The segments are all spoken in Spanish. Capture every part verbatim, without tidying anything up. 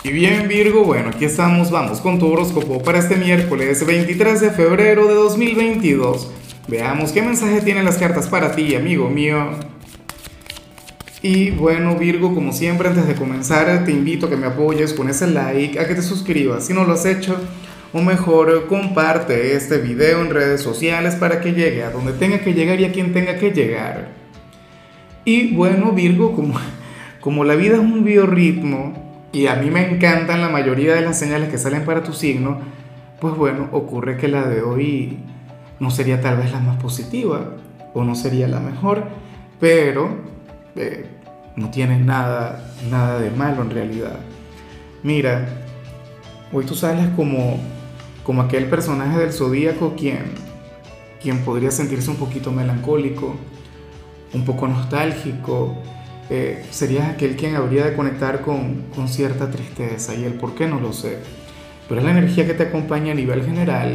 Y bien, Virgo, bueno, aquí estamos, vamos con tu horóscopo para este miércoles veintitrés de febrero de dos mil veintidós. Veamos qué mensaje tienen las cartas para ti, amigo mío. Y bueno, Virgo, como siempre, antes de comenzar, te invito a que me apoyes con ese like, a que te suscribas si no lo has hecho, o mejor, comparte este video en redes sociales para que llegue a donde tenga que llegar y a quien tenga que llegar. Y bueno, Virgo, como, como la vida es un biorritmo, y a mí me encantan la mayoría de las señales que salen para tu signo, pues bueno, ocurre que la de hoy no sería tal vez la más positiva o no sería la mejor, pero eh, no tiene nada, nada de malo en realidad. Mira, hoy tú sales como, como aquel personaje del zodíaco quien, quien podría sentirse un poquito melancólico, un poco nostálgico. Eh, serías aquel quien habría de conectar con, con cierta tristeza, y el por qué no lo sé, pero es la energía que te acompaña a nivel general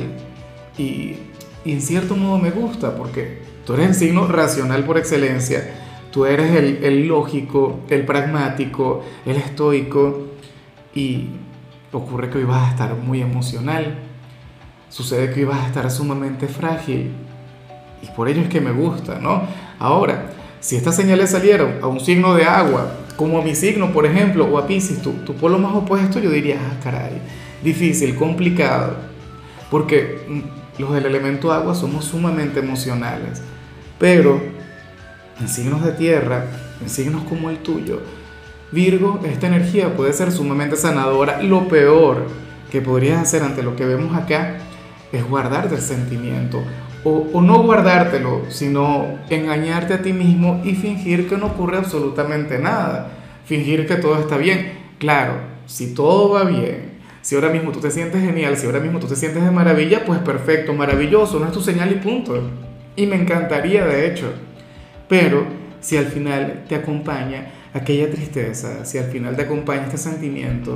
y, y en cierto modo me gusta porque tú eres el signo racional por excelencia, tú eres el, el lógico, el pragmático, el estoico, y ocurre que hoy vas a estar muy emocional, sucede que hoy vas a estar sumamente frágil y por ello es que me gusta, ¿no? Ahora, si estas señales salieron a un signo de agua, como a mi signo, por ejemplo, o a Piscis, tu, tu polo más opuesto, yo diría, ah, caray, difícil, complicado, porque mm, los del elemento agua somos sumamente emocionales, pero en signos de tierra, en signos como el tuyo, Virgo, esta energía puede ser sumamente sanadora. Lo peor que podrías hacer ante lo que vemos acá es guardarte el sentimiento. O, o no guardártelo, sino engañarte a ti mismo y fingir que no ocurre absolutamente nada. Fingir que todo está bien. Claro, si todo va bien, si ahora mismo tú te sientes genial, si ahora mismo tú te sientes de maravilla, pues perfecto, maravilloso, no es tu señal y punto. Y me encantaría, de hecho. Pero si al final te acompaña aquella tristeza, si al final te acompaña este sentimiento,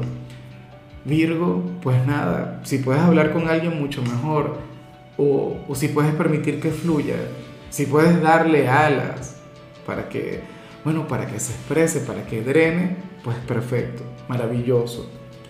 Virgo, pues nada, si puedes hablar con alguien mucho mejor. O, o si puedes permitir que fluya, si puedes darle alas para que, bueno, para que se exprese, para que drene, pues perfecto, maravilloso.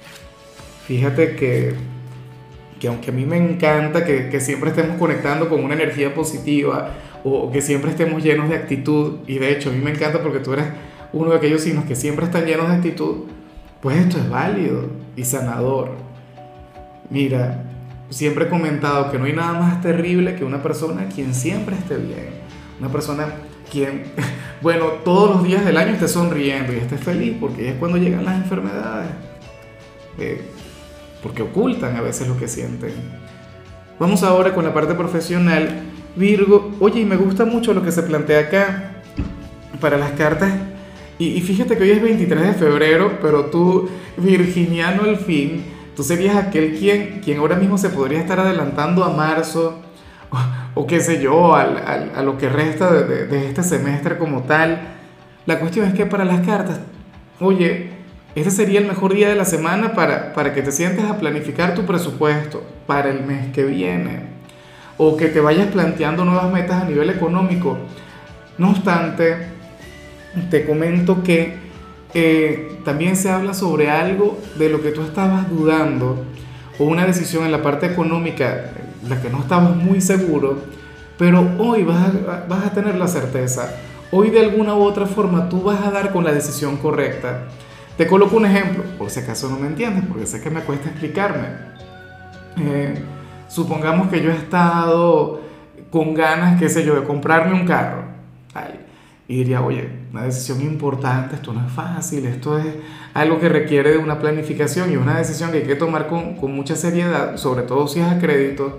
Fíjate que, que aunque a mí me encanta que, que siempre estemos conectando con una energía positiva o que siempre estemos llenos de actitud, y de hecho a mí me encanta porque tú eres uno de aquellos signos que siempre están llenos de actitud, pues esto es válido y sanador. Mira, siempre he comentado que no hay nada más terrible que una persona quien siempre esté bien, una persona quien, bueno, todos los días del año esté sonriendo y esté feliz, porque es cuando llegan las enfermedades, eh, porque ocultan a veces lo que sienten. Vamos ahora con la parte profesional, Virgo. Oye, y me gusta mucho lo que se plantea acá para las cartas, y, y fíjate que hoy es veintitrés de febrero, pero tú, virginiano al fin, tú serías aquel quien, quien ahora mismo se podría estar adelantando a marzo, o, o qué sé yo, al, al, a lo que resta de, de, de este semestre como tal. La cuestión es que para las cartas, oye, este sería el mejor día de la semana para, para que te sientes a planificar tu presupuesto para el mes que viene, o que te vayas planteando nuevas metas a nivel económico. No obstante, te comento que Eh, también se habla sobre algo de lo que tú estabas dudando, o una decisión en la parte económica, la que no estabas muy seguro, pero hoy vas a, vas a tener la certeza. Hoy de alguna u otra forma tú vas a dar con la decisión correcta. Te coloco un ejemplo, por si acaso no me entiendes, porque sé que me cuesta explicarme. Eh, supongamos que yo he estado con ganas, qué sé yo, de comprarme un carro. Vale. Y diría, oye, una decisión importante, esto no es fácil, esto es algo que requiere de una planificación y una decisión que hay que tomar con, con mucha seriedad, sobre todo si es a crédito.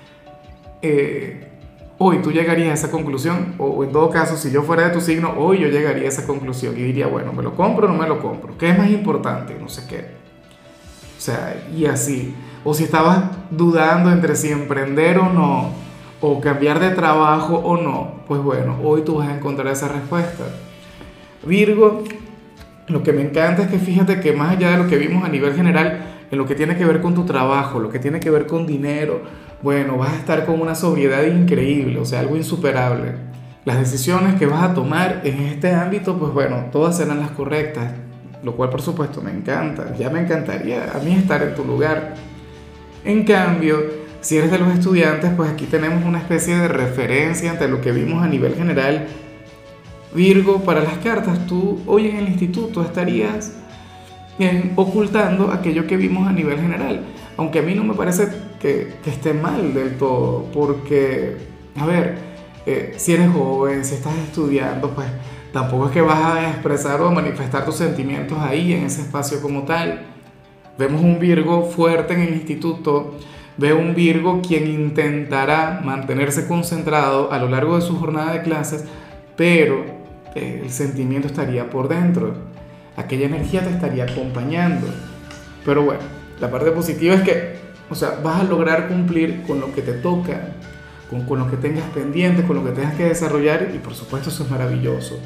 Eh, hoy tú llegarías a esa conclusión, o en todo caso, si yo fuera de tu signo, hoy yo llegaría a esa conclusión y diría, bueno, ¿me lo compro o no me lo compro? ¿Qué es más importante? No sé qué. O sea, y así. O si estabas dudando entre si emprender o no, o cambiar de trabajo o no, pues bueno, hoy tú vas a encontrar esa respuesta. Virgo, lo que me encanta es que fíjate que más allá de lo que vimos a nivel general, en lo que tiene que ver con tu trabajo, lo que tiene que ver con dinero, bueno, vas a estar con una sobriedad increíble, o sea, algo insuperable. Las decisiones que vas a tomar en este ámbito, pues bueno, todas serán las correctas. lo cual por supuesto me encanta, ya me encantaría a mí estar en tu lugar. En cambio, si eres de los estudiantes, pues aquí tenemos una especie de referencia ante lo que vimos a nivel general. Virgo, para las cartas, tú hoy en el instituto estarías eh, ocultando aquello que vimos a nivel general, aunque a mí no me parece que, que esté mal del todo, porque, a ver, eh, si eres joven, si estás estudiando, pues tampoco es que vas a expresar o a manifestar tus sentimientos ahí en ese espacio como tal. Vemos un Virgo fuerte en el instituto, veo un Virgo quien intentará mantenerse concentrado a lo largo de su jornada de clases, pero eh, el sentimiento estaría por dentro, aquella energía te estaría acompañando. Pero bueno, la parte positiva es que, o sea, vas a lograr cumplir con lo que te toca, con, con lo que tengas pendiente, con lo que tengas que desarrollar, y por supuesto eso es maravilloso.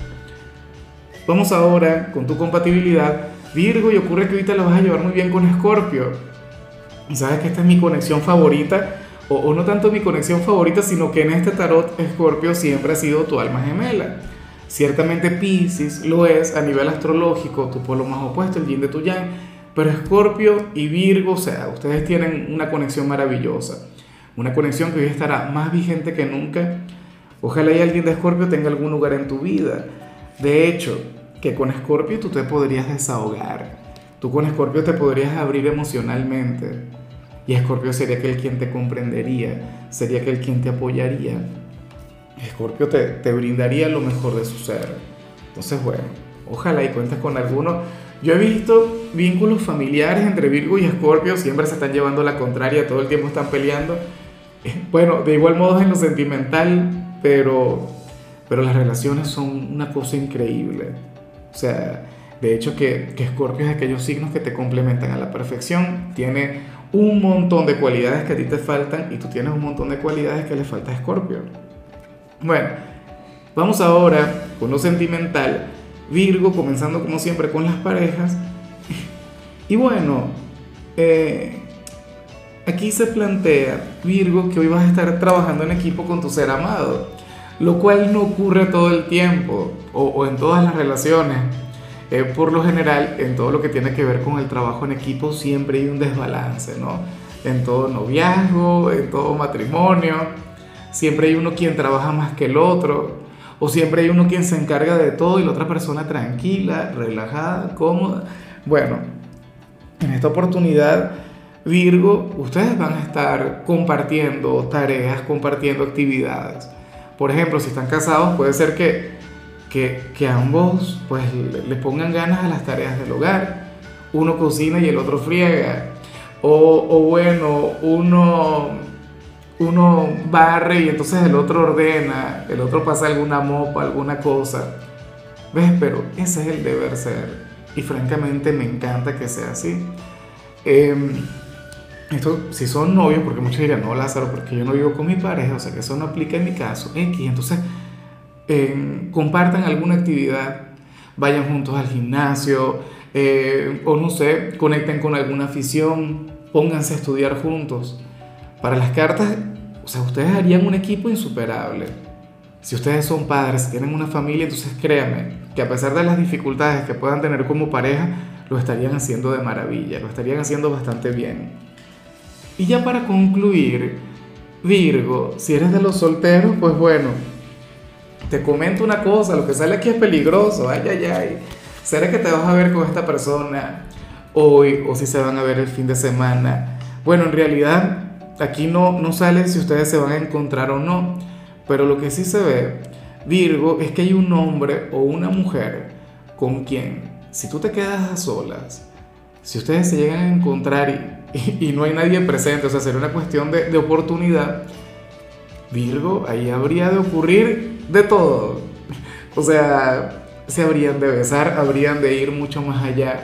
Vamos ahora con tu compatibilidad, Virgo, y ocurre que ahorita lo vas a llevar muy bien con Escorpio. Y sabes que esta es mi conexión favorita, o, o no tanto mi conexión favorita, sino que en este tarot Escorpio siempre ha sido tu alma gemela. Ciertamente Piscis lo es a nivel astrológico, tu polo más opuesto, el yin de tu yang, pero Escorpio y Virgo, o sea, ustedes tienen una conexión maravillosa, una conexión que hoy estará más vigente que nunca. Ojalá y alguien de Escorpio tenga algún lugar en tu vida. De hecho, que con Escorpio tú te podrías desahogar, tú con Escorpio te podrías abrir emocionalmente, y Escorpio sería aquel quien te comprendería, sería aquel quien te apoyaría. Escorpio te, te brindaría lo mejor de su ser. Entonces, bueno, ojalá y cuentes con alguno. Yo he visto vínculos familiares entre Virgo y Escorpio, siempre se están llevando la contraria, todo el tiempo están peleando. Bueno, de igual modo en lo sentimental, pero, pero las relaciones son una cosa increíble. O sea, de hecho que, que Escorpio es de aquellos signos que te complementan a la perfección. Tiene un montón de cualidades que a ti te faltan y tú tienes un montón de cualidades que le falta a Escorpio. Bueno, vamos ahora con lo sentimental, Virgo, comenzando como siempre con las parejas. Y bueno, eh, aquí se plantea, Virgo, que hoy vas a estar trabajando en equipo con tu ser amado, lo cual no ocurre todo el tiempo o, o en todas las relaciones. Eh, por lo general, en todo lo que tiene que ver con el trabajo en equipo siempre hay un desbalance, ¿no? En todo noviazgo, en todo matrimonio, siempre hay uno quien trabaja más que el otro, o siempre hay uno quien se encarga de todo y la otra persona tranquila, relajada, cómoda. Bueno, en esta oportunidad, Virgo, ustedes van a estar compartiendo tareas, compartiendo actividades. Por ejemplo, si están casados, puede ser que, que, que ambos pues, le, le pongan ganas a las tareas del hogar. Uno cocina y el otro friega. O, o bueno, uno, uno barre y entonces el otro ordena, el otro pasa alguna mopa, alguna cosa. ¿Ves? Pero ese es el deber ser. Y francamente me encanta que sea así. Eh, Esto, si son novios, porque muchos dirán, no, Lázaro, porque yo no vivo con mi pareja, o sea que eso no aplica en mi caso, X, entonces eh, compartan alguna actividad, vayan juntos al gimnasio, eh, o no sé, conecten con alguna afición, pónganse a estudiar juntos. Para las cartas, o sea, ustedes harían un equipo insuperable. Si ustedes son padres, si tienen una familia, entonces créanme que a pesar de las dificultades que puedan tener como pareja, lo estarían haciendo de maravilla, lo estarían haciendo bastante bien. Y ya para concluir, Virgo, si eres de los solteros, pues bueno, te comento una cosa, lo que sale aquí es peligroso, ay, ay, ay. ¿Será que te vas a ver con esta persona hoy o si se van a ver el fin de semana? Bueno, en realidad aquí no, no sale si ustedes se van a encontrar o no, pero lo que sí se ve, Virgo, es que hay un hombre o una mujer con quien, si tú te quedas a solas, si ustedes se llegan a encontrar y, y, y no hay nadie presente, o sea, sería una cuestión de, de oportunidad, Virgo, ahí habría de ocurrir de todo. O sea, se habrían de besar, habrían de ir mucho más allá.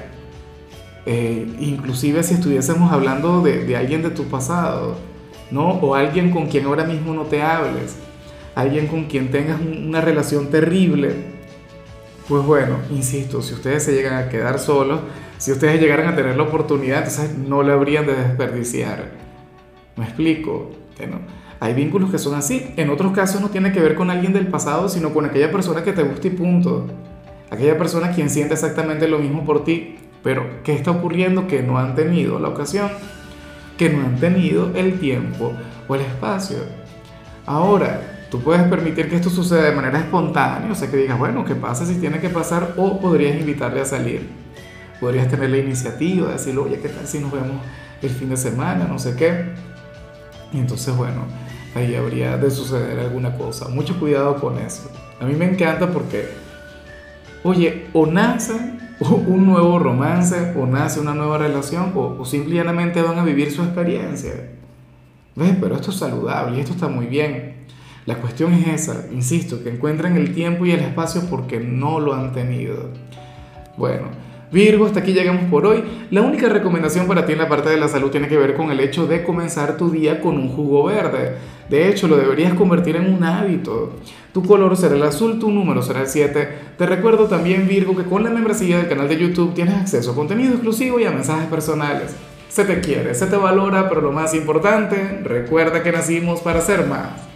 Eh, inclusive si estuviésemos hablando de, de alguien de tu pasado, ¿no? O alguien con quien ahora mismo no te hables, alguien con quien tengas un, una relación terrible. Pues bueno, insisto, si ustedes se llegan a quedar solos, si ustedes llegaran a tener la oportunidad, entonces no la habrían de desperdiciar. ¿Me explico? Bueno, hay vínculos que son así. En otros casos no tiene que ver con alguien del pasado, sino con aquella persona que te gusta y punto. aquella persona quien siente exactamente lo mismo por ti, pero ¿qué está ocurriendo? Que no han tenido la ocasión, que no han tenido el tiempo o el espacio. Ahora, tú puedes permitir que esto suceda de manera espontánea, o sea, que digas, bueno, ¿qué pasa si tiene que pasar? O podrías invitarle a salir, podrías tener la iniciativa, decirle, oye, ¿qué tal si nos vemos el fin de semana? No sé qué. Y entonces, bueno, ahí habría de suceder alguna cosa. Mucho cuidado con eso. A mí me encanta porque, oye, o nace un nuevo romance, o nace una nueva relación, o, o simplemente van a vivir su experiencia. ¿Ves? Pero esto es saludable y esto está muy bien. La cuestión es esa, insisto, que encuentren el tiempo y el espacio porque no lo han tenido. Bueno, Virgo, hasta aquí llegamos por hoy. La única recomendación para ti en la parte de la salud tiene que ver con el hecho de comenzar tu día con un jugo verde. De hecho, lo deberías convertir en un hábito. Tu color será el azul, tu número será el siete. Te recuerdo también, Virgo, que con la membresía del canal de YouTube tienes acceso a contenido exclusivo y a mensajes personales. Se te quiere, se te valora, pero lo más importante, recuerda que nacimos para ser más.